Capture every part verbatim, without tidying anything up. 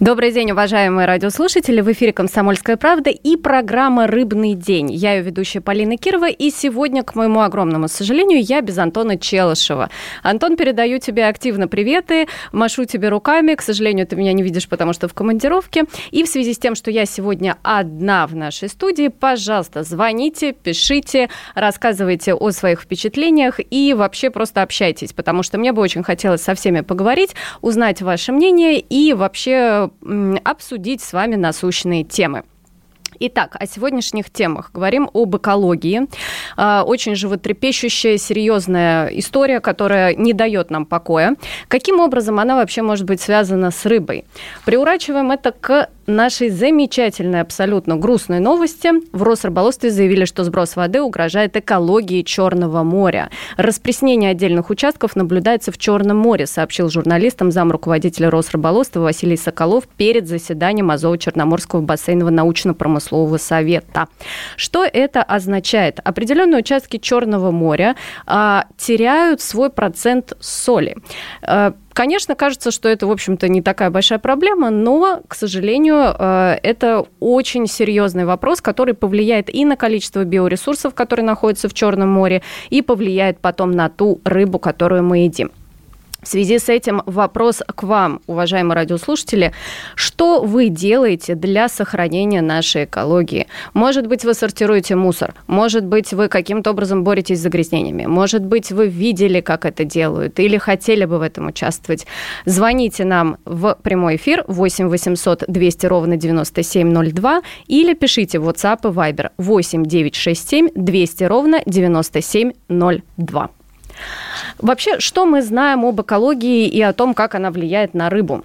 Добрый день, уважаемые радиослушатели. В эфире «Комсомольская правда» и программа «Рыбный день». Я ее ведущая Полина Кирова, и сегодня, к моему огромному сожалению, я без Антона Челышева. Антон, передаю тебе активно приветы, машу тебе руками. К сожалению, ты меня не видишь, потому что в командировке. И в связи с тем, что я сегодня одна в нашей студии, пожалуйста, звоните, пишите, рассказывайте о своих впечатлениях и вообще просто общайтесь, потому что мне бы очень хотелось со всеми поговорить, узнать ваше мнение и вообще обсудить с вами насущные темы. Итак, о сегодняшних темах. Говорим об экологии. Очень животрепещущая, серьезная история, которая не дает нам покоя. Каким образом она вообще может быть связана с рыбой? Приурачиваем это к нашей замечательной, абсолютно грустной новости. В Росрыболовстве заявили, что сброс воды угрожает экологии Черного моря. Распреснение отдельных участков наблюдается в Черном море, сообщил журналистам замруководителя Росрыболовства Василий Соколов перед заседанием Азово-Черноморского бассейнового научно-промыслового совета. Что это означает? Определенные участки Черного моря а, теряют свой процент соли. А, Конечно, кажется, что это, в общем-то, не такая большая проблема, но, к сожалению, это очень серьезный вопрос, который повлияет и на количество биоресурсов, которые находятся в Черном море, и повлияет потом на ту рыбу, которую мы едим. В связи с этим вопрос к вам, уважаемые радиослушатели. Что вы делаете для сохранения нашей экологии? Может быть, вы сортируете мусор? Может быть, вы каким-то образом боретесь с загрязнениями? Может быть, вы видели, как это делают? Или хотели бы в этом участвовать? Звоните нам в прямой эфир восемь восемьсот двести ровно девяносто семь ноль два или пишите в WhatsApp и Viber восемь девятьсот шестьдесят семь двести ровно девяносто семь ноль два. Вообще, что мы знаем об экологии и о том, как она влияет на рыбу?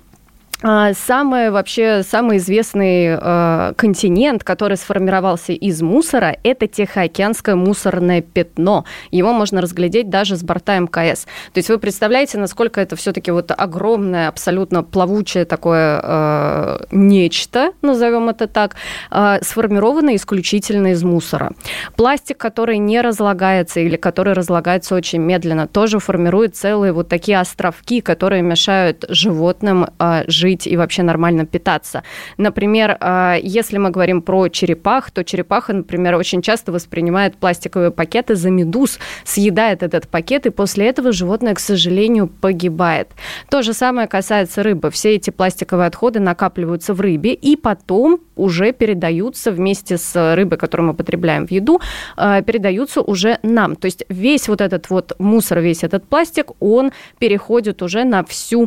Самый, вообще, самый известный э, континент, который сформировался из мусора, это Тихоокеанское мусорное пятно. Его можно разглядеть даже с борта эм ка эс. То есть вы представляете, насколько это все-таки вот огромное, абсолютно плавучее такое э, нечто, назовем это так, э, сформированное исключительно из мусора. Пластик, который не разлагается или который разлагается очень медленно, тоже формирует целые вот такие островки, которые мешают животным э, жить и вообще нормально питаться. Например, если мы говорим про черепах, то черепаха, например, очень часто воспринимает пластиковые пакеты за медуз, съедает этот пакет, и после этого животное, к сожалению, погибает. То же самое касается рыбы. Все эти пластиковые отходы накапливаются в рыбе и потом уже передаются вместе с рыбой, которую мы потребляем в еду, передаются уже нам. То есть весь вот этот вот мусор, весь этот пластик, он переходит уже на всю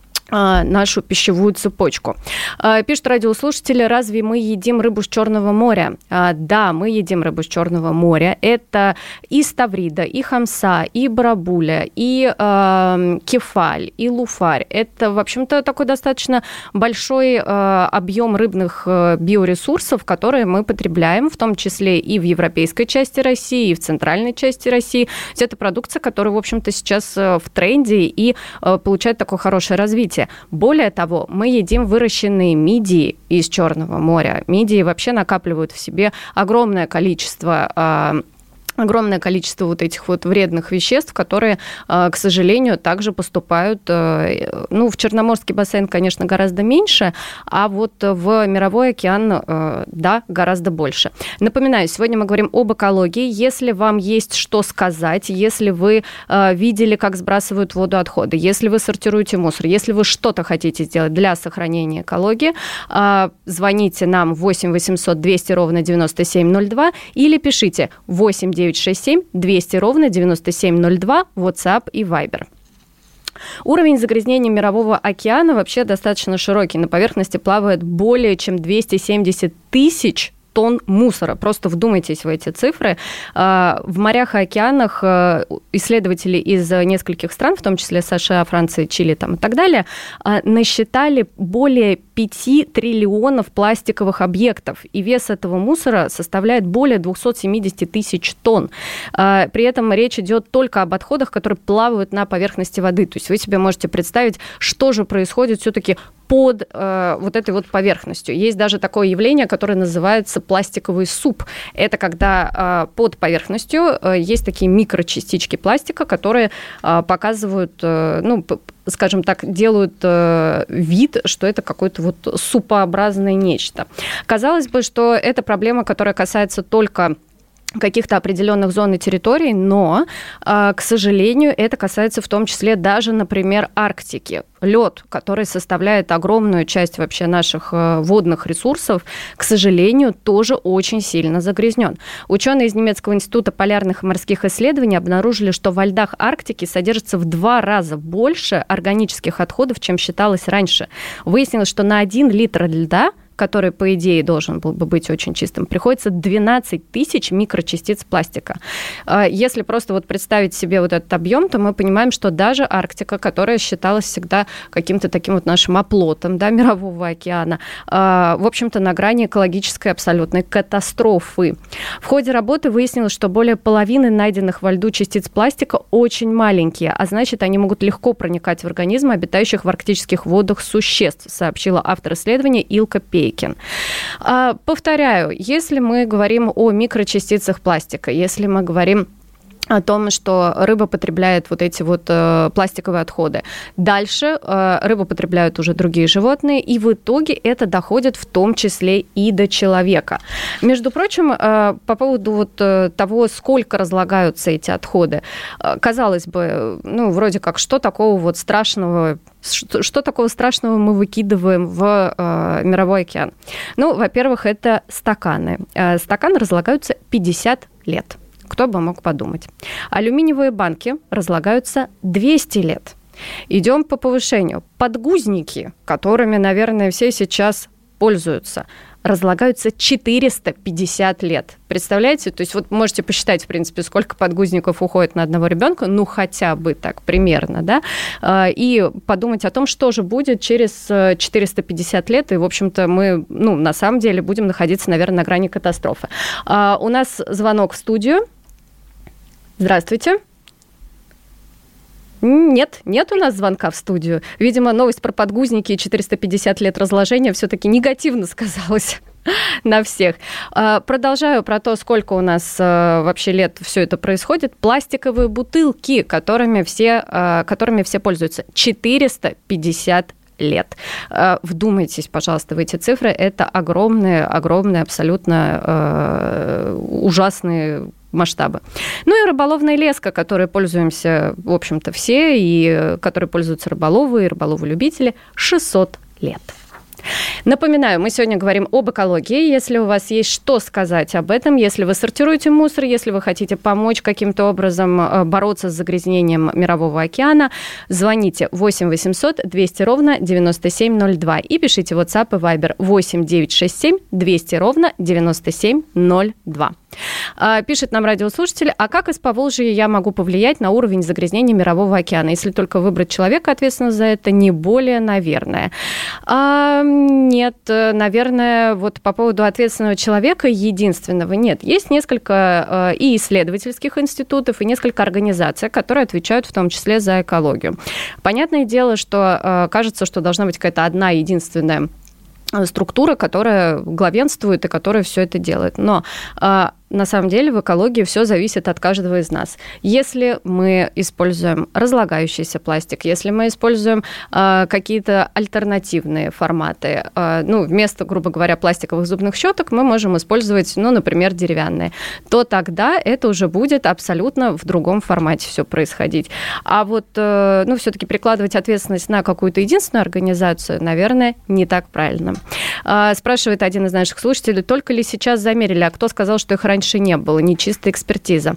нашу пищевую цепочку. Пишут радиослушатели, разве мы едим рыбу с Черного моря? Да, мы едим рыбу с Черного моря. Это и ставрида, и хамса, и барабуля, и э, кефаль, и луфарь. Это, в общем-то, такой достаточно большой э, объем рыбных э, биоресурсов, которые мы потребляем, в том числе и в европейской части России, и в центральной части России. Это продукция, которая, в общем-то, сейчас в тренде и э, получает такое хорошее развитие. Более того, мы едим выращенные мидии из Черного моря. Мидии вообще накапливают в себе огромное количество огромное количество вот этих вот вредных веществ, которые, к сожалению, также поступают, ну, в Черноморский бассейн, конечно, гораздо меньше, а вот в Мировой океан, да, гораздо больше. Напоминаю, сегодня мы говорим об экологии. Если вам есть что сказать, если вы видели, как сбрасывают в воду отходы, если вы сортируете мусор, если вы что-то хотите сделать для сохранения экологии, звоните нам восемь восемьсот двести ровно девяносто семь ноль два или пишите восемь девятьсот шестьдесят семь двести ровно девяносто семь ноль два, WhatsApp и Viber. Уровень загрязнения Мирового океана вообще достаточно широкий. На поверхности плавает более чем двести семьдесят тысяч тонн мусора. Просто вдумайтесь в эти цифры. В морях и океанах исследователи из нескольких стран, в том числе США, Франции, Чили там, и так далее, насчитали более пяти триллионов пластиковых объектов. И вес этого мусора составляет более двести семьдесят тысяч тонн. При этом речь идет только об отходах, которые плавают на поверхности воды. То есть вы себе можете представить, что же происходит все-таки под э, вот этой вот поверхностью. Есть даже такое явление, которое называется пластиковый суп. Это когда э, под поверхностью э, есть такие микрочастички пластика, которые э, показывают, э, ну, скажем так, делают э, вид, что это какое-то вот супообразное нечто. Казалось бы, что это проблема, которая касается только каких-то определенных зон и территорий, но, к сожалению, это касается в том числе даже, например, Арктики. Лед, который составляет огромную часть вообще наших водных ресурсов, к сожалению, тоже очень сильно загрязнен. Ученые из немецкого института полярных и морских исследований обнаружили, что во льдах Арктики содержится в два раза больше органических отходов, чем считалось раньше. Выяснилось, что на один литр льда, который, по идее, должен был бы быть очень чистым, приходится двенадцать тысяч микрочастиц пластика. Если просто вот представить себе вот этот объем, то мы понимаем, что даже Арктика, которая считалась всегда каким-то таким вот нашим оплотом, да, мирового океана, в общем-то, на грани экологической абсолютной катастрофы. В ходе работы выяснилось, что более половины найденных во льду частиц пластика очень маленькие, а значит, они могут легко проникать в организм обитающих в арктических водах существ, сообщила автор исследования Илка Пейк. Повторяю, если мы говорим о микрочастицах пластика, если мы говорим о том, что рыба потребляет вот эти вот э, пластиковые отходы. Дальше э, рыбу потребляют уже другие животные, и в итоге это доходит в том числе и до человека. Между прочим, э, по поводу вот э, того, сколько разлагаются эти отходы, э, казалось бы, ну, вроде как, что такого вот страшного, что, что такого страшного мы выкидываем в э, мировой океан? Ну, во-первых, это стаканы. Э, стаканы разлагаются пятьдесят лет. Кто бы мог подумать. Алюминиевые банки разлагаются двести лет. Идем по повышению. Подгузники, которыми, наверное, все сейчас пользуются, разлагаются четыреста пятьдесят лет. Представляете? То есть вот можете посчитать, в принципе, сколько подгузников уходит на одного ребенка, ну хотя бы так примерно, да, и подумать о том, что же будет через четыреста пятьдесят лет, и, в общем-то, мы, ну, на самом деле будем находиться, наверное, на грани катастрофы. У нас звонок в студию. Здравствуйте. Нет, нет у нас звонка в студию. Видимо, новость про подгузники и четыреста пятьдесят лет разложения все-таки негативно сказалась на всех. Продолжаю про то, сколько у нас вообще лет все это происходит. Пластиковые бутылки, которыми все, которыми все пользуются. четыреста пятьдесят лет. Вдумайтесь, пожалуйста, в эти цифры. Это огромные, огромные, абсолютно э, ужасные масштабы. Ну и рыболовная леска, которой пользуемся, в общем-то, все, и которой пользуются рыболовы и рыболовы-любители, шестьсот лет. Напоминаю, мы сегодня говорим об экологии. Если у вас есть что сказать об этом, если вы сортируете мусор, если вы хотите помочь каким-то образом бороться с загрязнением Мирового океана, звоните восемь восемьсот двести ровно девяносто семь ноль два и пишите в WhatsApp и Viber восемь девятьсот шестьдесят семь двести ровно девяносто семь ноль два. Пишет нам радиослушатель, а как из Поволжья я могу повлиять на уровень загрязнения Мирового океана, если только выбрать человека, ответственного за это, не более, наверное. А, нет, наверное, вот по поводу ответственного человека единственного нет. Есть несколько и исследовательских институтов, и несколько организаций, которые отвечают в том числе за экологию. Понятное дело, что кажется, что должна быть какая-то одна единственная структура, которая главенствует и которая все это делает. Но а, на самом деле в экологии все зависит от каждого из нас. Если мы используем разлагающийся пластик, если мы используем а, какие-то альтернативные форматы, а, ну, вместо, грубо говоря, пластиковых зубных щеток мы можем использовать, ну, например, деревянные, то тогда это уже будет абсолютно в другом формате все происходить. А вот, ну, все-таки прикладывать ответственность на какую-то единственную организацию, наверное, не так правильно. Спрашивает один из наших слушателей, только ли сейчас замерили, а кто сказал, что их раньше не было, нечистая экспертиза.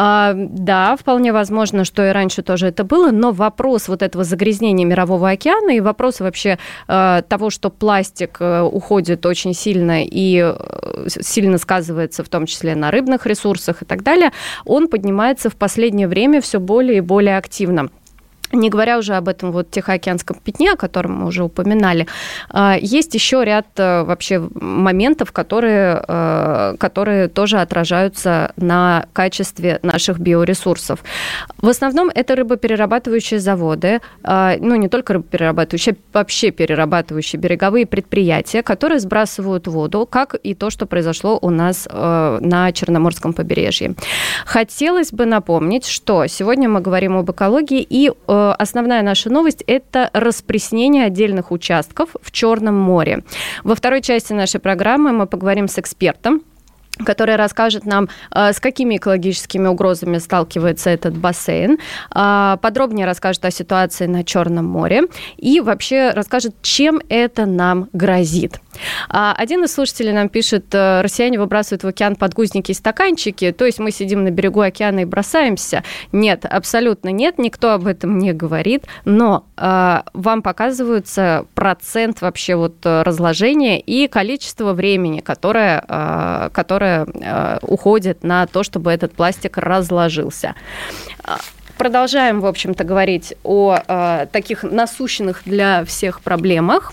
Да, вполне возможно, что и раньше тоже это было, но вопрос вот этого загрязнения Мирового океана и вопрос вообще того, что пластик уходит очень сильно и сильно сказывается в том числе на рыбных ресурсах и так далее, он поднимается в последнее время все более и более активно. Не говоря уже об этом вот Тихоокеанском пятне, о котором мы уже упоминали, есть еще ряд вообще моментов, которые, которые тоже отражаются на качестве наших биоресурсов. В основном это рыбоперерабатывающие заводы, ну не только рыбоперерабатывающие, вообще перерабатывающие береговые предприятия, которые сбрасывают воду, как и то, что произошло у нас на Черноморском побережье. Хотелось бы напомнить, что сегодня мы говорим об экологии и основная наша новость – это распреснение отдельных участков в Черном море. Во второй части нашей программы мы поговорим с экспертом, который расскажет нам, с какими экологическими угрозами сталкивается этот бассейн, подробнее расскажет о ситуации на Черном море и вообще расскажет, чем это нам грозит. Один из слушателей нам пишет: россияне выбрасывают в океан подгузники и стаканчики, то есть мы сидим на берегу океана и бросаемся. Нет, абсолютно нет, никто об этом не говорит, но э, вам показывается процент вообще вот разложения и количество времени, которое, э, которое э, уходит на то, чтобы этот пластик разложился. Продолжаем, в общем-то, говорить о э, таких насущных для всех проблемах.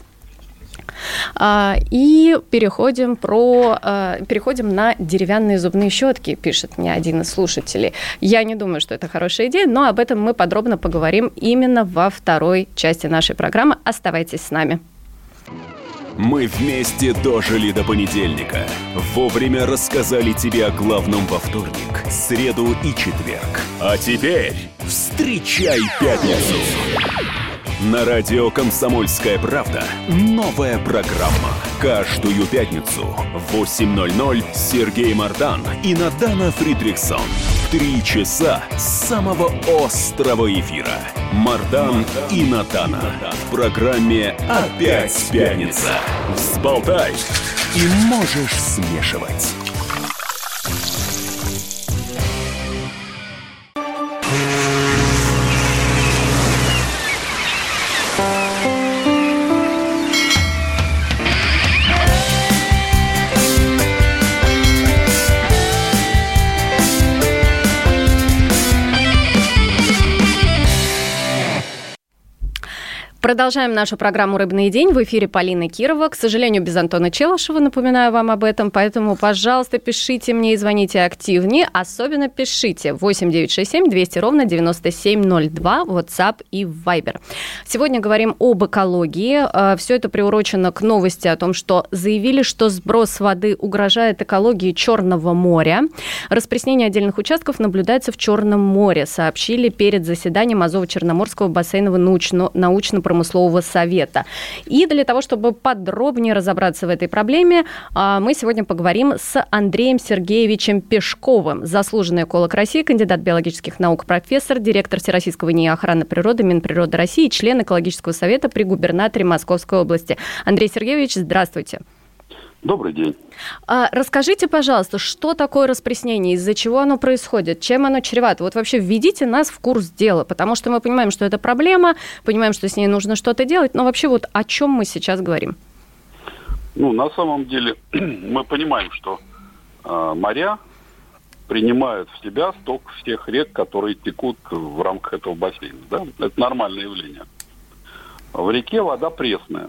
И переходим, про, переходим на деревянные зубные щетки, пишет мне один из слушателей. Я не думаю, что это хорошая идея, но об этом мы подробно поговорим именно во второй части нашей программы. Оставайтесь с нами. Мы вместе дожили до понедельника. Вовремя рассказали тебе о главном во вторник, среду и четверг. А теперь встречай пятницу! На радио «Комсомольская правда» новая программа. Каждую пятницу в восемь ноль ноль Сергей Мардан и Надана Фридрихсон. Три часа самого острого эфира. Мардан и Надана. В программе «Опять пятница». Взболтай и можешь смешивать. Продолжаем нашу программу «Рыбный день». В эфире Полина Кирова. К сожалению, без Антона Челышева, напоминаю вам об этом. Поэтому, пожалуйста, пишите мне и звоните активнее. Особенно пишите восемь девятьсот шестьдесят семь двести ровно девяносто семь ноль два, WhatsApp и Viber. Сегодня говорим об экологии. Все это приурочено к новости о том, что заявили, что сброс воды угрожает экологии Черного моря. Распреснение отдельных участков наблюдается в Черном море, сообщили перед заседанием Азово-Черноморского бассейнового научно-промышленного промыслового совета. И для того, чтобы подробнее разобраться в этой проблеме, мы сегодня поговорим с Андреем Сергеевичем Пешковым, заслуженный эколог России, кандидат биологических наук, профессор, директор Всероссийского НИИ охраны природы, Минприроды России, член экологического совета при губернаторе Московской области. Андрей Сергеевич, здравствуйте. Добрый день. А, расскажите, пожалуйста, что такое распреснение, из-за чего оно происходит, чем оно чревато? Вот вообще введите нас в курс дела, потому что мы понимаем, что это проблема, понимаем, что с ней нужно что-то делать, но вообще вот о чем мы сейчас говорим? Ну, на самом деле мы понимаем, что э, моря принимают в себя сток всех рек, которые текут в рамках этого бассейна. Да? Это нормальное явление. В реке вода пресная.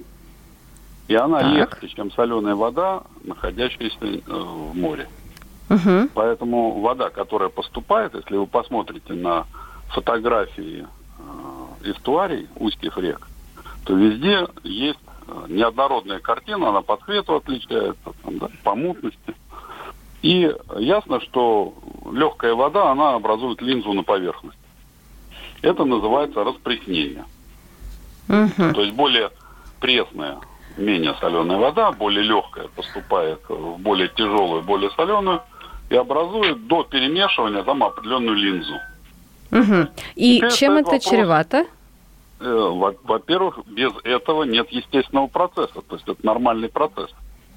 И она так. легче, чем соленая вода, находящаяся э, в море. Угу. Поэтому вода, которая поступает, если вы посмотрите на фотографии э, эстуарий, устьев рек, то везде есть неоднородная картина, она по цвету отличается, там, да, по мутности. И ясно, что легкая вода, она образует линзу на поверхности. Это называется распреснение. Угу. То есть более пресная, менее соленая вода, более легкая, поступает в более тяжелую, более соленую и образует до перемешивания там определенную линзу. Угу. И теперь чем это вопрос, чревато? Э, во-первых, без этого нет естественного процесса, то есть это нормальный процесс.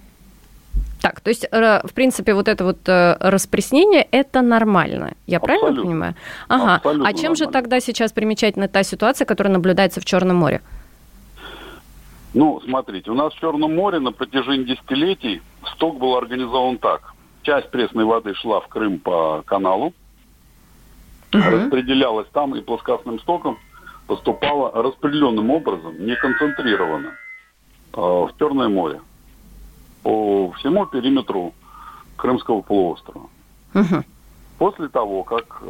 Так, то есть, в принципе, вот это вот распреснение, это нормально, я Абсолютно. правильно понимаю? Ага. Абсолютно а чем нормально. же тогда сейчас примечательна та ситуация, которая наблюдается в Черном море? Ну, смотрите, у нас в Черном море на протяжении десятилетий сток был организован так. Часть пресной воды шла в Крым по каналу, угу. распределялась там и плоскостным стоком поступала распределенным образом, не концентрированно, в Черное море по всему периметру Крымского полуострова. Угу. После того, как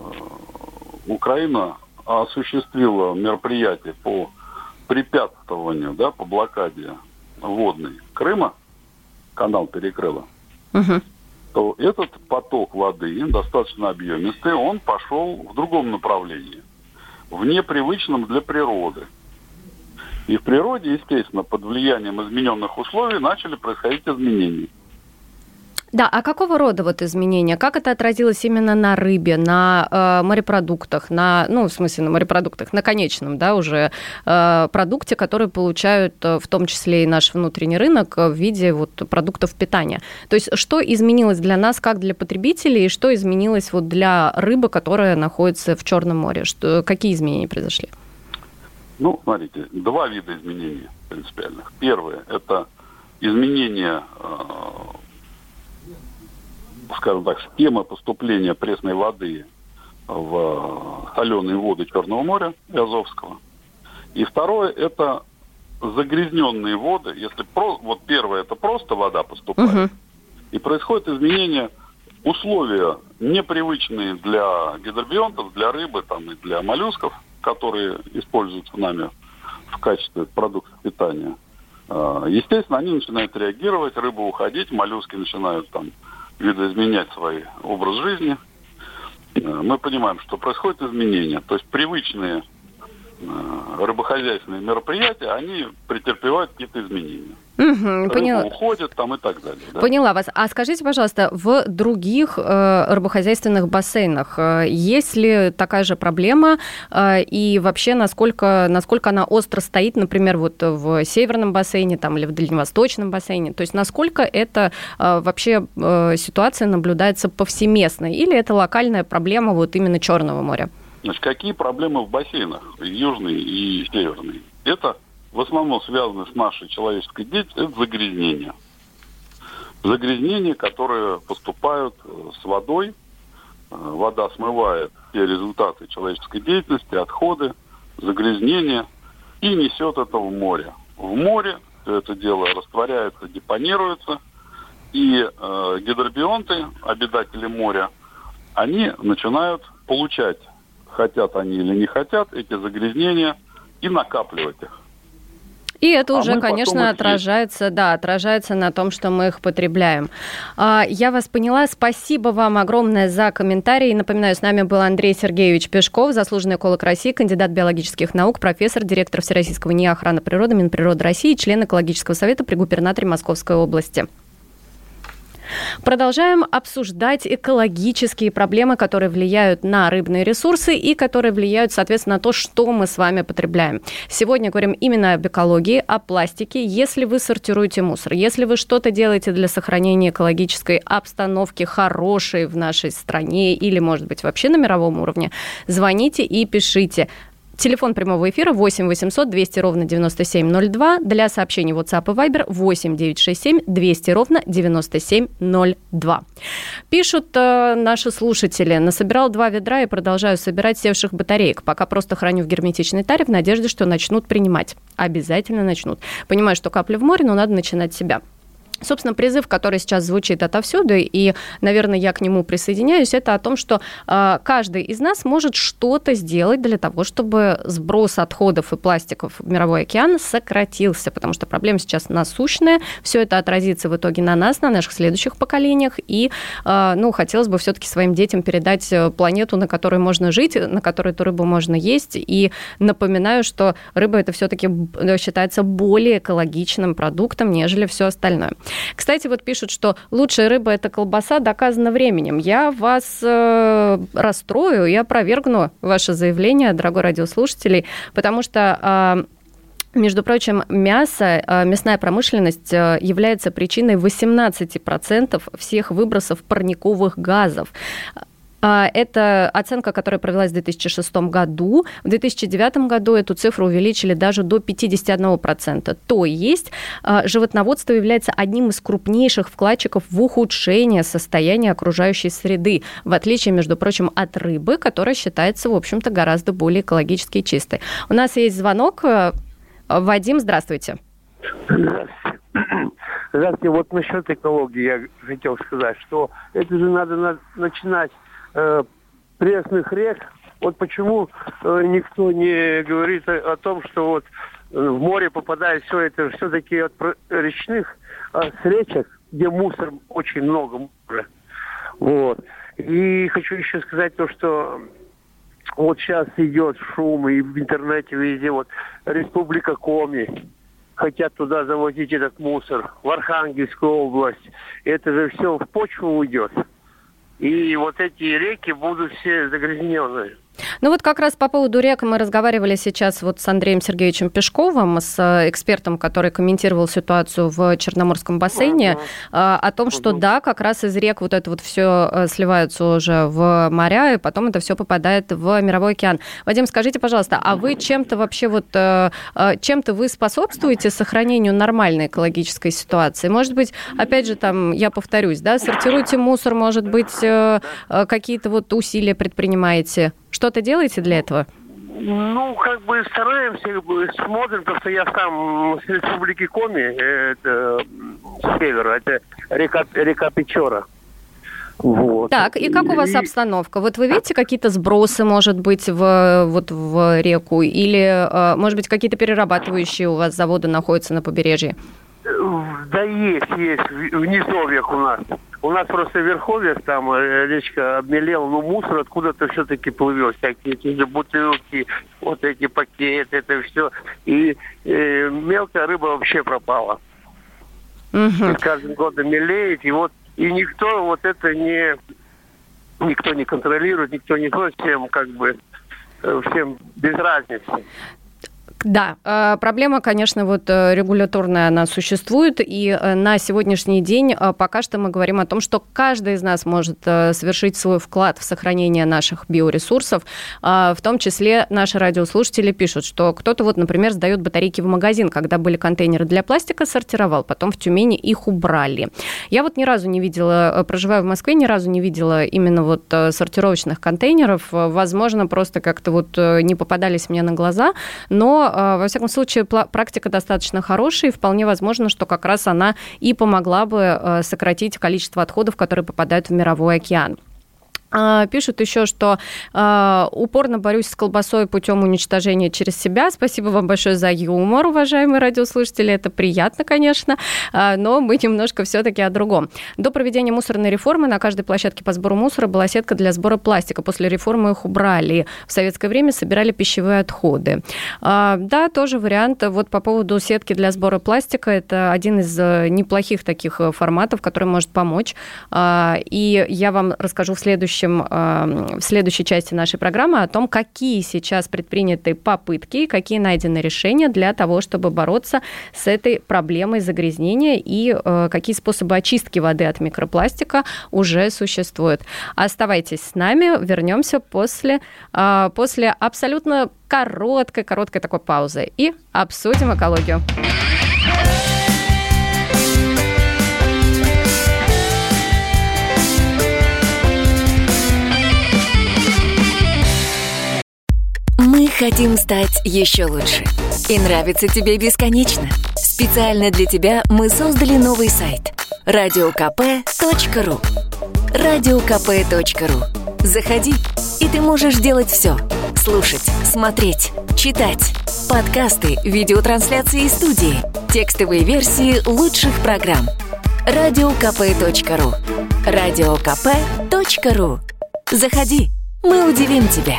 Украина осуществила мероприятие по препятствованию, да, по блокаде водной Крыма, канал перекрыла, угу. то этот поток воды, достаточно объемистый, он пошел в другом направлении. в непривычном для природы. И в природе, естественно, под влиянием измененных условий начали происходить изменения. Да, а какого рода вот изменения? Как это отразилось именно на рыбе, на э, морепродуктах, на, ну, в смысле, на морепродуктах, на конечном, да, уже э, продукте, который получают э, в том числе и наш внутренний рынок в виде вот продуктов питания? То есть что изменилось для нас, как для потребителей, и что изменилось вот для рыбы, которая находится в Черном море? Что, какие изменения произошли? Ну, смотрите, два вида изменений принципиальных. Первое – это изменение, скажем так, схемы поступления пресной воды в соленые воды Черного моря и Азовского. И второе – это загрязненные воды. Если про, вот первое – это просто вода поступает, угу. и происходит изменение условия, непривычные для гидробионтов, для рыбы там, и для моллюсков, которые используются нами в качестве продуктов питания. Естественно, они начинают реагировать, рыба уходить, моллюски начинают там видоизменять свой образ жизни. Мы понимаем, что происходят изменения. То есть привычные рыбохозяйственные мероприятия, они претерпевают какие-то изменения. Угу, поняла. Уходят там и так далее. Да? Поняла вас. А скажите, пожалуйста, в других э, рыбохозяйственных бассейнах э, есть ли такая же проблема? Э, и вообще, насколько, насколько она остро стоит, например, вот в северном бассейне там, или в дальневосточном бассейне? То есть насколько эта э, вообще э, ситуация наблюдается повсеместно? Или это локальная проблема вот именно Черного моря? Значит, какие проблемы в бассейнах, южный и северный? Это в основном связано с нашей человеческой деятельностью, это загрязнение. Загрязнения, которые поступают с водой. Вода смывает те результаты человеческой деятельности, отходы, загрязнения и несет это в море. В море все это дело растворяется, депонируется, и э, гидробионты, обитатели моря, они начинают получать, хотят они или не хотят, эти загрязнения и накапливать их. И это уже, а конечно, отражается, да, отражается на том, что мы их потребляем. Я вас поняла. Спасибо вам огромное за комментарий. Напоминаю, с нами был Андрей Сергеевич Пешков, заслуженный эколог России, кандидат биологических наук, профессор, директор Всероссийского НИИ охраны природы, Минприроды России, член экологического совета при губернаторе Московской области. Продолжаем обсуждать экологические проблемы, которые влияют на рыбные ресурсы и которые влияют, соответственно, на то, что мы с вами потребляем. Сегодня говорим именно об экологии, о пластике. Если вы сортируете мусор, если вы что-то делаете для сохранения экологической обстановки хорошей в нашей стране или, может быть, вообще на мировом уровне, звоните и пишите. Телефон прямого эфира восемь восемьсот двести ровно девяносто семь ноль два. Для сообщений WhatsApp и Viber восемь девятьсот шестьдесят семь двести ровно девяносто семь ноль два. Пишут э, наши слушатели. Насобирал два ведра и продолжаю собирать севших батареек. Пока просто храню в герметичной таре в надежде, что начнут принимать. Обязательно начнут. Понимаю, что капля в море, но надо начинать с себя. Собственно, призыв, который сейчас звучит отовсюду, и, наверное, я к нему присоединяюсь, это о том, что э, каждый из нас может что-то сделать для того, чтобы сброс отходов и пластиков в мировой океан сократился, потому что проблема сейчас насущная, все это отразится в итоге на нас, на наших следующих поколениях, и, э, ну, хотелось бы все-таки своим детям передать планету, на которой можно жить, на которой эту рыбу можно есть, и напоминаю, что рыба это все-таки считается более экологичным продуктом, нежели все остальное. Кстати, вот пишут, что лучшая рыба – это колбаса, доказано временем. Я вас э, расстрою и опровергну ваше заявление, дорогой радиослушателей, потому что... Э, Между прочим, мясо, мясная промышленность является причиной восемнадцати процентов всех выбросов парниковых газов. Это оценка, которая провелась в две тысячи шестом году. В две тысячи девятом году эту цифру увеличили даже до пятьдесят один процент. То есть животноводство является одним из крупнейших вкладчиков в ухудшение состояния окружающей среды, в отличие, между прочим, от рыбы, которая считается, в общем-то, гораздо более экологически чистой. У нас есть звонок. Вадим, здравствуйте. Здравствуйте. Здравствуйте. Вот насчет экологии я хотел сказать, что это же надо на- начинать э, пресных рек. Вот почему э, никто не говорит о, о том, что вот э, в море попадает все это все-таки от речных э, с речек, где мусор очень много мусора. Вот. И хочу еще сказать то, что вот сейчас идет шум и в интернете везде, вот Республика Коми, хотят туда завозить этот мусор, в Архангельскую область. Это же все в почву уйдет. И вот эти реки будут все загрязненные. Ну вот как раз по поводу рек мы разговаривали сейчас вот с Андреем Сергеевичем Пешковым, с экспертом, который комментировал ситуацию в Черноморском бассейне, uh-huh. о том, что uh-huh. да, как раз из рек вот это вот все сливается уже в моря, и потом это все попадает в мировой океан. Вадим, скажите, пожалуйста, а вы чем-то вообще вот, чем-то вы способствуете сохранению нормальной экологической ситуации? Может быть, опять же, там, я повторюсь, да, сортируйте мусор, может быть, какие-то вот усилия предпринимаете? Что-то делаете для этого? Ну, как бы стараемся, смотрим, потому что я сам с Республики Коми, это с севера, это река, река Печора. Вот. Так, и как у вас обстановка? Вот вы видите какие-то сбросы, может быть, в, вот в реку? Или, может быть, какие-то перерабатывающие у вас заводы находятся на побережье? Да есть, есть, в низовьях у нас. У нас просто в верховьях, там речка обмелела, но мусор откуда-то все-таки плывет. Всякие эти же бутылки, вот эти пакеты, это все. И э, мелкая рыба вообще пропала. Uh-huh. И каждым годом мелеет, и вот и никто вот это не никто не контролирует, никто не ходит, всем как бы всем без разницы. Да, проблема, конечно, вот регуляторная, она существует, и на сегодняшний день пока что мы говорим о том, что каждый из нас может совершить свой вклад в сохранение наших биоресурсов, в том числе наши радиослушатели пишут, что кто-то вот, например, сдает батарейки в магазин, когда были контейнеры для пластика, сортировал, потом в Тюмени их убрали. Я вот ни разу не видела, проживая в Москве, ни разу не видела именно вот сортировочных контейнеров, возможно, просто как-то вот не попадались мне на глаза, но во всяком случае, практика достаточно хорошая, и вполне возможно, что как раз она и помогла бы сократить количество отходов, которые попадают в мировой океан. Пишут еще, что э, упорно борюсь с колбасой путем уничтожения через себя. Спасибо вам большое за юмор, уважаемые радиослушатели. Это приятно, конечно, э, но мы немножко все-таки о другом. До проведения мусорной реформы на каждой площадке по сбору мусора была сетка для сбора пластика. После реформы их убрали. В советское время собирали пищевые отходы. Э, да, тоже вариант. Вот по поводу сетки для сбора пластика, это один из неплохих таких форматов, который может помочь. Э, и я вам расскажу в следующем в следующей части нашей программы о том, какие сейчас предприняты попытки, какие найдены решения для того, чтобы бороться с этой проблемой загрязнения и какие способы очистки воды от микропластика уже существуют. Оставайтесь с нами, вернемся после, после абсолютно короткой, короткой такой паузы и обсудим экологию. Мы хотим стать еще лучше. И нравится тебе бесконечно. Специально для тебя мы создали новый сайт радио ка пэ точка ру. радио ка пэ точка ру. Заходи, и ты можешь делать все. Слушать, смотреть, читать. Подкасты, видеотрансляции из студии, текстовые версии лучших программ. радио ка пэ точка ру. радио ка пэ точка ру. Заходи, мы удивим тебя.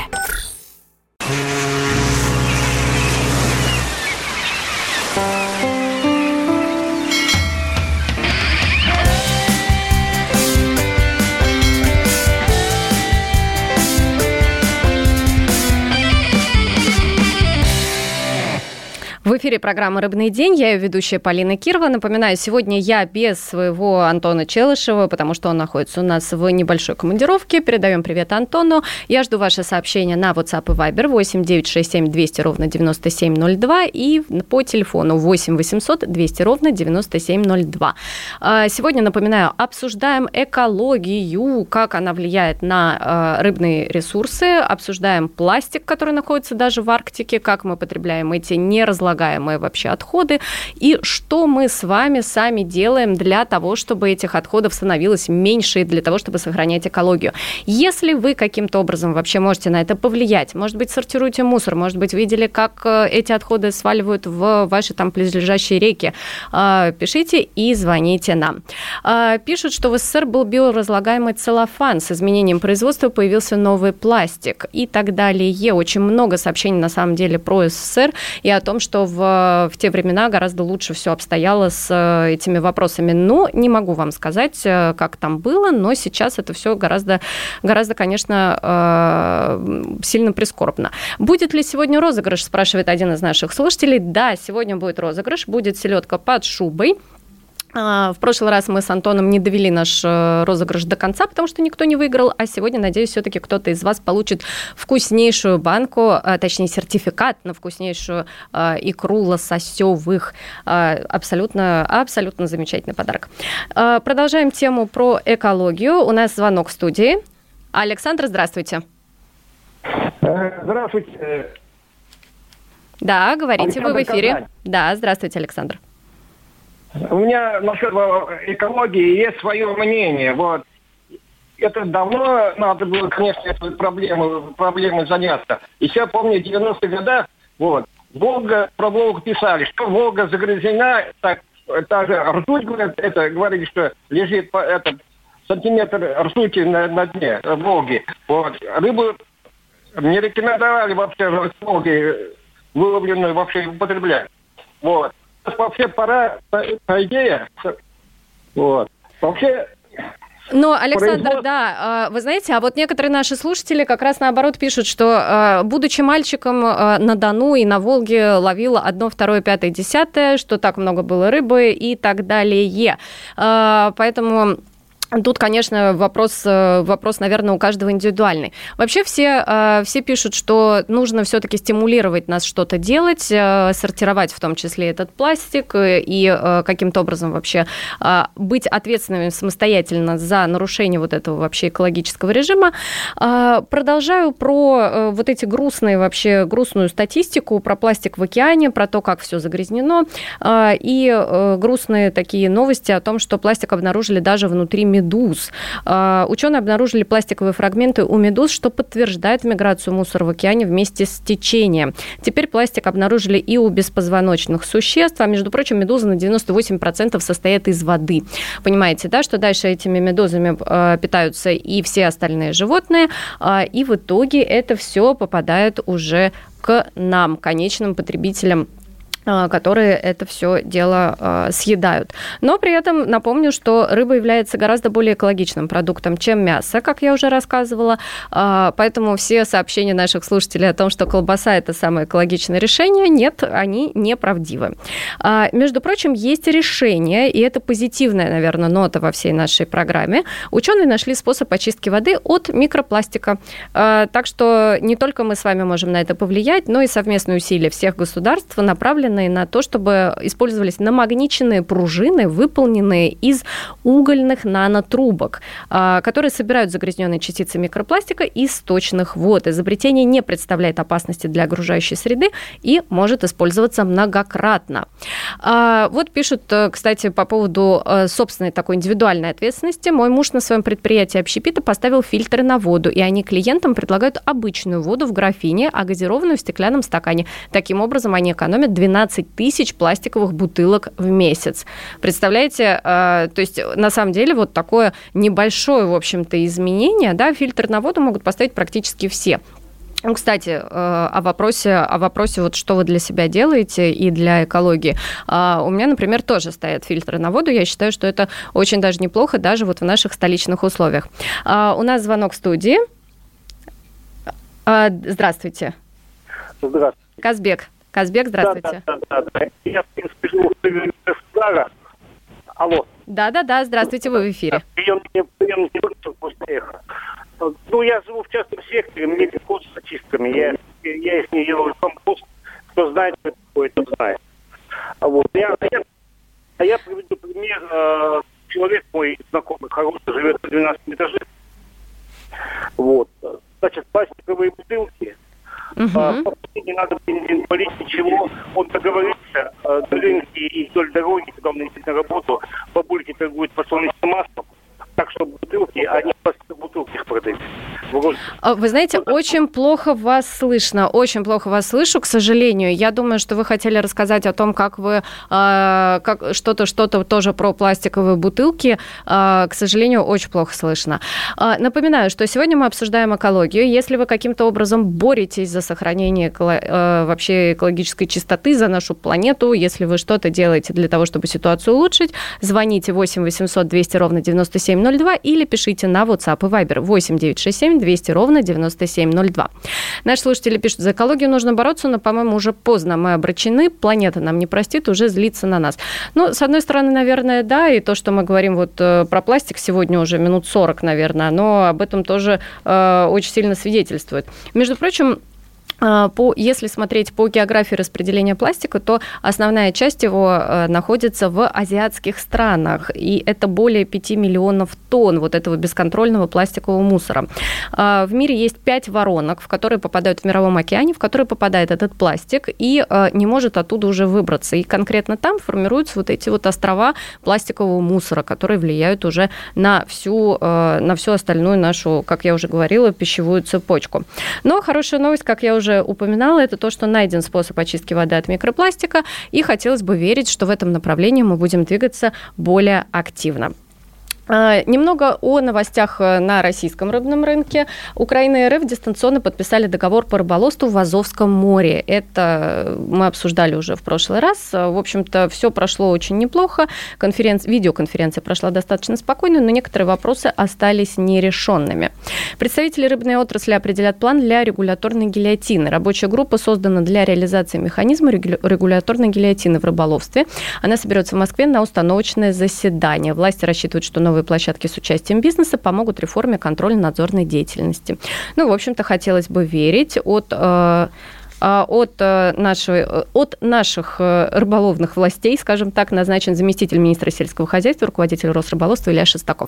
В эфире программа «Рыбный день». Я ее ведущая Полина Кирова. Напоминаю, сегодня я без своего Антона Челышева, потому что он находится у нас в небольшой командировке. Передаем привет Антону. Я жду ваши сообщения на WhatsApp и Viber восемь девятьсот шестьдесят семь двести ровно девяносто семь ноль два и по телефону восемь восемьсот двести ровно девяносто семь ноль два. Сегодня, напоминаю, обсуждаем экологию, как она влияет на рыбные ресурсы. Обсуждаем пластик, который находится даже в Арктике, как мы потребляем эти неразложимые биоразлагаемые вообще отходы, и что мы с вами сами делаем для того, чтобы этих отходов становилось меньше, и для того, чтобы сохранять экологию. Если вы каким-то образом вообще можете на это повлиять, может быть, сортируете мусор, может быть, видели, как эти отходы сваливают в ваши там близлежащие реки, пишите и звоните нам. Пишут, что в СССР был биоразлагаемый целлофан, с изменением производства появился новый пластик и так далее. Очень много сообщений на самом деле про СССР и о том, что в, в те времена гораздо лучше все обстояло с этими вопросами. Но не могу вам сказать, как там было, но сейчас это все гораздо, гораздо, конечно, сильно прискорбно. Будет ли сегодня розыгрыш, спрашивает один из наших слушателей. Да, сегодня будет розыгрыш, будет селедка под шубой. В прошлый раз мы с Антоном не довели наш розыгрыш до конца, потому что никто не выиграл, а сегодня, надеюсь, все-таки кто-то из вас получит вкуснейшую банку, точнее, сертификат на вкуснейшую икру лососевых. Абсолютно, абсолютно замечательный подарок. Продолжаем тему про экологию. У нас звонок в студии. Александр, здравствуйте. Здравствуйте. Да, говорите, Александр, вы в эфире. Казань. Да, здравствуйте, Александр. У меня насчет экологии есть свое мнение. Вот. Это давно надо было, конечно, этой проблемой, проблемой заняться. Еще помню, в девяностых годах вот, Волга, про Волгу писали, что Волга загрязнена, так, та же ртуть, говорят, это, говорили, что лежит это, сантиметр ртути на, на дне Волги. Вот. Рыбу не рекомендовали вообще в Волге выловленную вообще употреблять. Вот. Вообще пора, по, по идее, вот, вообще... Но, Александр, производ... да, вы знаете, а вот некоторые наши слушатели как раз наоборот пишут, что, будучи мальчиком, на Дону и на Волге ловила одно, второе, пятое, десятое, что так много было рыбы и так далее. Поэтому... Тут, конечно, вопрос, вопрос, наверное, у каждого индивидуальный. Вообще все, все пишут, что нужно все-таки стимулировать нас что-то делать, сортировать в том числе этот пластик и каким-то образом вообще быть ответственными самостоятельно за нарушение вот этого вообще экологического режима. Продолжаю про вот эти грустные вообще, грустную статистику про пластик в океане, про то, как все загрязнено, и грустные такие новости о том, что пластик обнаружили даже внутри медуз. медуз. Ученые обнаружили пластиковые фрагменты у медуз, что подтверждает миграцию мусора в океане вместе с течением. Теперь пластик обнаружили и у беспозвоночных существ, а, между прочим, медузы на девяносто восемь процентов состоят из воды. Понимаете, да, что дальше этими медузами э, питаются и все остальные животные, э, и в итоге это все попадает уже к нам, конечным потребителям, которые это все дело э, съедают. Но при этом напомню, что рыба является гораздо более экологичным продуктом, чем мясо, как я уже рассказывала. Э, поэтому все сообщения наших слушателей о том, что колбаса – это самое экологичное решение, нет, они неправдивы. Э, между прочим, есть решение, и это позитивная, наверное, нота во всей нашей программе. Ученые нашли способ очистки воды от микропластика. Э, так что не только мы с вами можем на это повлиять, но и совместные усилия всех государств направлены на то, чтобы использовались намагниченные пружины, выполненные из угольных нанотрубок, которые собирают загрязненные частицы микропластика из сточных вод. Изобретение не представляет опасности для окружающей среды и может использоваться многократно. Вот пишут, кстати, по поводу собственной такой индивидуальной ответственности. Мой муж на своем предприятии общепита поставил фильтры на воду, и они клиентам предлагают обычную воду в графине, а газированную в стеклянном стакане. Таким образом, они экономят двенадцать тысяч пластиковых бутылок в месяц. Представляете, э, то есть на самом деле вот такое небольшое, в общем-то, изменение, да, фильтр на воду могут поставить практически все. Ну, кстати, о вопросе, о вопросе, вот что вы для себя делаете и для экологии. У меня, например, тоже стоят фильтры на воду. Я считаю, что это очень даже неплохо, даже вот в наших столичных условиях. У нас звонок в студии. Здравствуйте. Здравствуйте. Казбек. Казбек, здравствуйте. Да, да, да, да. Я, в принципе, живу в районе Краснодара. Алло. Да-да-да, здравствуйте, вы в эфире. Прием не прием не выключил после эхо. Ну, я живу в частном секторе, мне легко с очистками. Я, я из нее делаю компост. Кто знает, кто такое, тот знает. Вот. Я, а, я, а я приведу пример. Э, человек мой знакомый, хороший, живет на двенадцатом этаже. Вот. Значит, пластиковые бутылки. Uh-huh. А, не надо бензин полить, ничего. Он договорился вдоль дороги, когда он идет на работу, бабульки торгуют подсолнечным маслом. Так что бутылки, они просто бутылки продают. Вы знаете, очень плохо вас слышно, очень плохо вас слышу, к сожалению. Я думаю, что вы хотели рассказать о том, как вы, э, как что-то, что-то тоже про пластиковые бутылки. Э, к сожалению, очень плохо слышно. Э, напоминаю, что сегодня мы обсуждаем экологию. Если вы каким-то образом боретесь за сохранение эко- э, вообще экологической чистоты, за нашу планету, если вы что-то делаете для того, чтобы ситуацию улучшить, звоните восемь восемьсот двести ровно девяносто семь ноль два или пишите на WhatsApp и Viber восемь девятьсот шестьдесят семь двести ровно девяносто семь ноль два. Наши слушатели пишут, за экологию нужно бороться, но, по-моему, уже поздно. Мы обречены, планета нам не простит, уже злится на нас. Ну, с одной стороны, наверное, да, и то, что мы говорим вот про пластик сегодня уже минут сорок, наверное, оно об этом тоже э, очень сильно свидетельствует. Между прочим, По, если смотреть по географии распределения пластика, то основная часть его э, находится в азиатских странах, и это более пяти миллионов тонн вот этого бесконтрольного пластикового мусора. Э, в мире есть пять воронок, в которые попадают в Мировом океане, в которые попадает этот пластик и э, не может оттуда уже выбраться. И конкретно там формируются вот эти вот острова пластикового мусора, которые влияют уже на всю, э, на всю остальную нашу, как я уже говорила, пищевую цепочку. Но хорошая новость, как я уже упоминала, это то, что найден способ очистки воды от микропластика, и хотелось бы верить, что в этом направлении мы будем двигаться более активно. Немного о новостях на российском рыбном рынке. Украина и РФ дистанционно подписали договор по рыболовству в Азовском море. Это мы обсуждали уже в прошлый раз. В общем-то, все прошло очень неплохо. Конференц... Видеоконференция прошла достаточно спокойно, но некоторые вопросы остались нерешенными. Представители рыбной отрасли определят план для регуляторной гильотины. Рабочая группа создана для реализации механизма регуляторной гильотины в рыболовстве. Она соберется в Москве на установочное заседание. Власти рассчитывают, что новые площадки с участием бизнеса помогут реформе контрольно-надзорной деятельности. Ну, в общем-то, хотелось бы верить от... Э, От, нашей, от наших рыболовных властей, скажем так, назначен заместитель министра сельского хозяйства, руководитель Росрыболовства Илья Шестаков.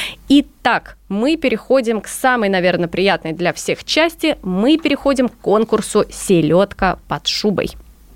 Итак, мы переходим к самой, наверное, приятной для всех части. Мы переходим к конкурсу «Селедка под шубой».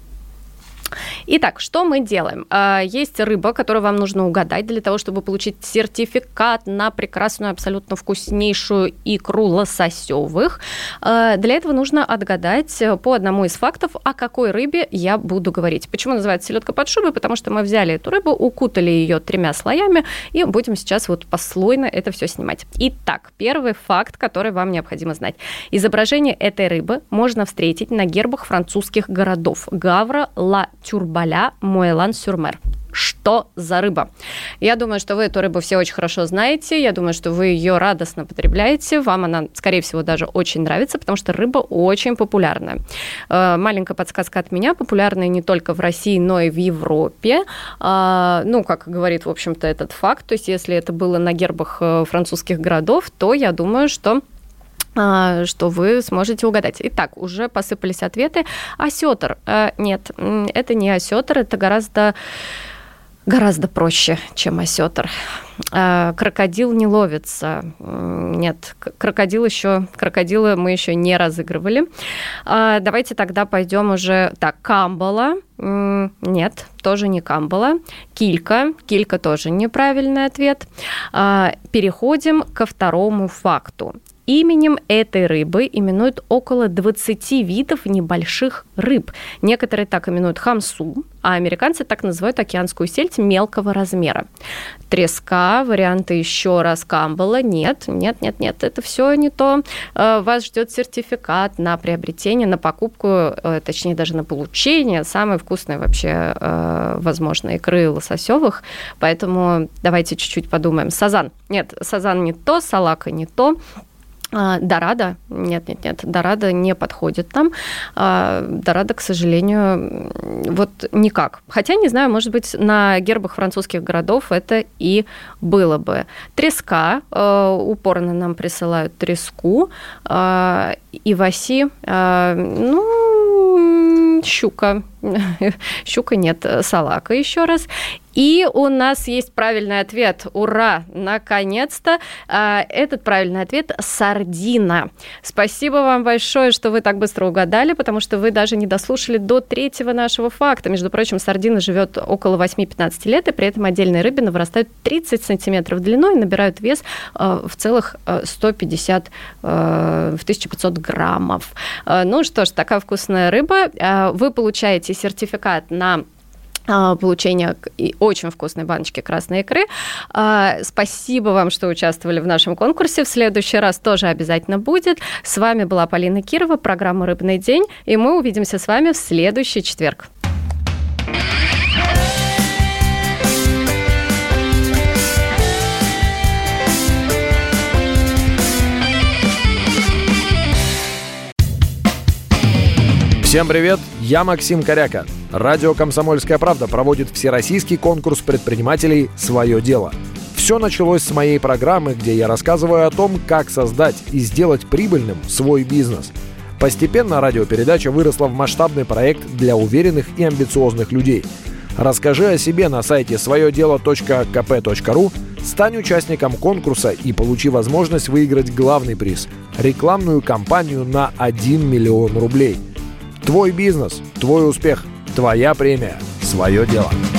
Итак, что мы делаем? Есть рыба, которую вам нужно угадать для того, чтобы получить сертификат на прекрасную, абсолютно вкуснейшую икру лососевых. Для этого нужно отгадать по одному из фактов, о какой рыбе я буду говорить. Почему называется селедка под шубой? Потому что мы взяли эту рыбу, укутали ее тремя слоями и будем сейчас вот послойно это все снимать. Итак, первый факт, который вам необходимо знать. Изображение этой рыбы можно встретить на гербах французских городов Гавра, Ла Тюрбаля, Муэлан-сюр-Мер. Что за рыба? Я думаю, что вы эту рыбу все очень хорошо знаете. Я думаю, что вы ее радостно потребляете. Вам она, скорее всего, даже очень нравится, потому что рыба очень популярная. Маленькая подсказка от меня. Популярная не только в России, но и в Европе. Ну, как говорит, в общем-то, этот факт. То есть, если это было на гербах французских городов, то я думаю, что что вы сможете угадать. Итак, уже посыпались ответы. Осетр. Нет, это не осетр, это гораздо, гораздо проще, чем осетр. Крокодил не ловится. Нет, крокодил еще, крокодила мы еще не разыгрывали. Давайте тогда пойдем уже... Так, камбала. Нет, тоже не камбала. Килька. Килька тоже неправильный ответ. Переходим ко второму факту. Именем этой рыбы именуют около двадцати видов небольших рыб. Некоторые так именуют хамсу, а американцы так называют океанскую сельдь мелкого размера. Треска, варианты еще раз камбала. Нет, нет, нет, нет, это все не то. Вас ждет сертификат на приобретение, на покупку, точнее даже на получение самой вкусной вообще возможной икры лососевых. Поэтому давайте чуть-чуть подумаем. Сазан. Нет, сазан не то, салака не то. Дорадо? Нет, нет, нет, дорадо не подходит нам. Дорадо, к сожалению, вот никак. Хотя, не знаю, может быть, на гербах французских городов это и было бы. Треска. Упорно нам присылают треску. Иваси. Ну, щука. Щука нет, салака еще раз. И у нас есть правильный ответ. Ура! Наконец-то! Этот правильный ответ – сардина. Спасибо вам большое, что вы так быстро угадали, потому что вы даже не дослушали до третьего нашего факта. Между прочим, сардина живет около восемь-пятнадцать лет, и при этом отдельные рыбины вырастают тридцать сантиметров длиной и набирают вес в целых сто пятьдесят, в тысяча пятьсот граммов. Ну что ж, такая вкусная рыба. Вы получаете сертификат на получение очень вкусной баночки красной икры. Спасибо вам, что участвовали в нашем конкурсе. В следующий раз тоже обязательно будет. С вами была Полина Кирова, программа «Рыбный день», и мы увидимся с вами в следующий четверг. Всем привет, я Максим Коряка. Радио «Комсомольская правда» проводит всероссийский конкурс предпринимателей «Свое дело». Все началось с моей программы, где я рассказываю о том, как создать и сделать прибыльным свой бизнес. Постепенно радиопередача выросла в масштабный проект для уверенных и амбициозных людей. Расскажи о себе на сайте свое дело точка ка пэ точка ру, стань участником конкурса и получи возможность выиграть главный приз – рекламную кампанию на один миллион рублей. Твой бизнес, твой успех, твоя премия, свое дело.